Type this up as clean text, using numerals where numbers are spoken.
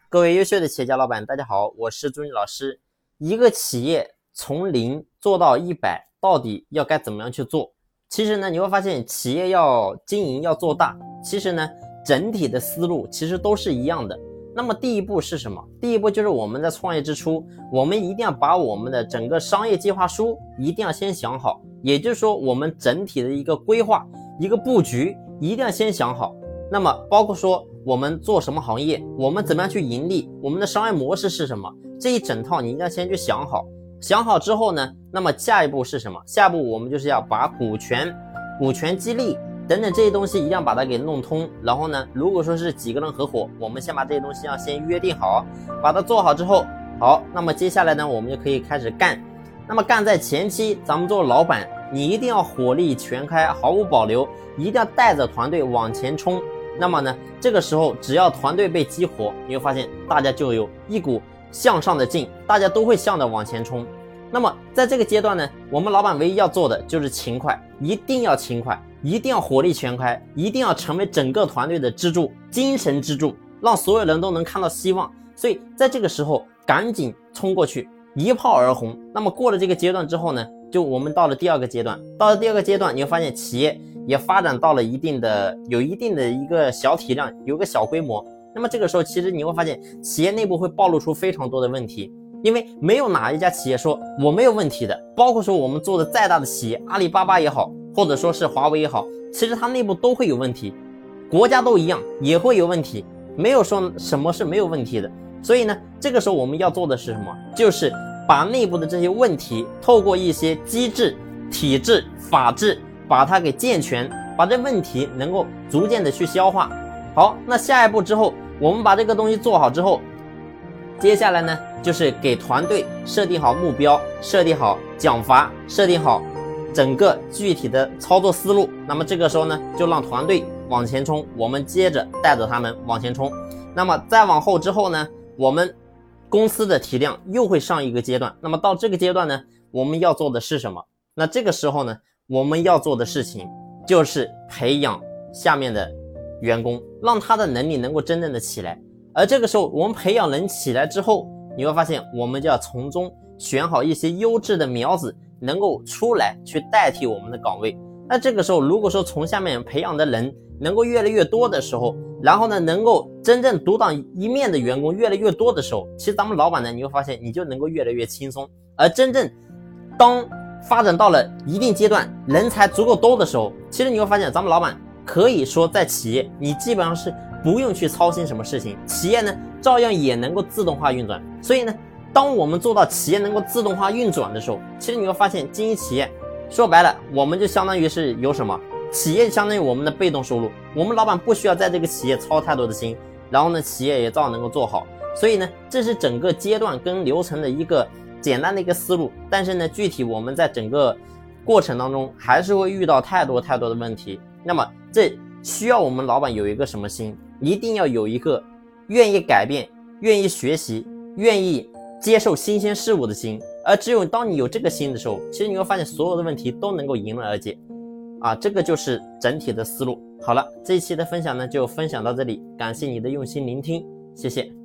各位优秀的企业家老板，大家好，我是朱军老师。一个企业从0做到100，到底要该怎么样去做？其实呢，你会发现企业要经营要做大，其实呢，整体的思路其实都是一样的。那么第一步是什么？第一步就是我们在创业之初，我们一定要把我们的整个商业计划书一定要先想好，也就是说我们整体的一个规划、一个布局一定要先想好。那么包括说我们做什么行业，我们怎么样去盈利，我们的商业模式是什么，这一整套你一定要先去想好。想好之后呢，那么下一步是什么？下一步我们就是要把股权激励等等这些东西一定要把它给弄通。然后呢，如果说是几个人合伙，我们先把这些东西要先约定好，把它做好之后，好，那么接下来呢，我们就可以开始干。那么干在前期，咱们做老板，你一定要火力全开，毫无保留，一定要带着团队往前冲。那么呢，这个时候只要团队被激活，你会发现大家就有一股向上的劲，大家都会向着往前冲。那么在这个阶段呢，我们老板唯一要做的就是勤快，一定要勤快，一定要火力全开，一定要成为整个团队的支柱，精神支柱，让所有人都能看到希望。所以在这个时候赶紧冲过去，一炮而红。那么过了这个阶段之后呢，就我们到了第二个阶段，你会发现企业也发展到了有一定的一个小体量，有个小规模。那么这个时候其实你会发现企业内部会暴露出非常多的问题，因为没有哪一家企业说我没有问题的。包括说我们做的再大的企业，阿里巴巴也好，或者说是华为也好，其实它内部都会有问题，国家都一样也会有问题，没有说什么是没有问题的。所以呢，这个时候我们要做的是什么？就是把内部的这些问题透过一些机制、体制、法治把它给健全，把这问题能够逐渐的去消化。好，那下一步之后，我们把这个东西做好之后，接下来呢，就是给团队设定好目标，设定好奖罚，设定好整个具体的操作思路。那么这个时候呢，就让团队往前冲，我们接着带着他们往前冲。那么再往后之后呢，我们公司的体量又会上一个阶段。那么到这个阶段呢，我们要做的是什么？那这个时候呢，我们要做的事情就是培养下面的员工，让他的能力能够真正的起来。而这个时候我们培养人起来之后，你会发现我们就要从中选好一些优质的苗子，能够出来去代替我们的岗位。那这个时候如果说从下面培养的人能够越来越多的时候，然后呢，能够真正独当一面的员工越来越多的时候，其实咱们老板呢，你会发现你就能够越来越轻松。而真正当发展到了一定阶段，人才足够多的时候，其实你会发现咱们老板可以说在企业你基本上是不用去操心什么事情，企业呢照样也能够自动化运转。所以呢，当我们做到企业能够自动化运转的时候，其实你会发现经营企业说白了，我们就相当于是有什么，企业相当于我们的被动收入，我们老板不需要在这个企业操太多的心，然后呢，企业也照样能够做好。所以呢，这是整个阶段跟流程的一个简单的一个思路。但是呢，具体我们在整个过程当中还是会遇到太多的问题。那么这需要我们老板有一个什么心？一定要有一个愿意改变、愿意学习、愿意接受新鲜事物的心。而只有当你有这个心的时候，其实你会发现所有的问题都能够迎刃而解。这个就是整体的思路。好了，这一期的分享呢就分享到这里，感谢你的用心聆听，谢谢。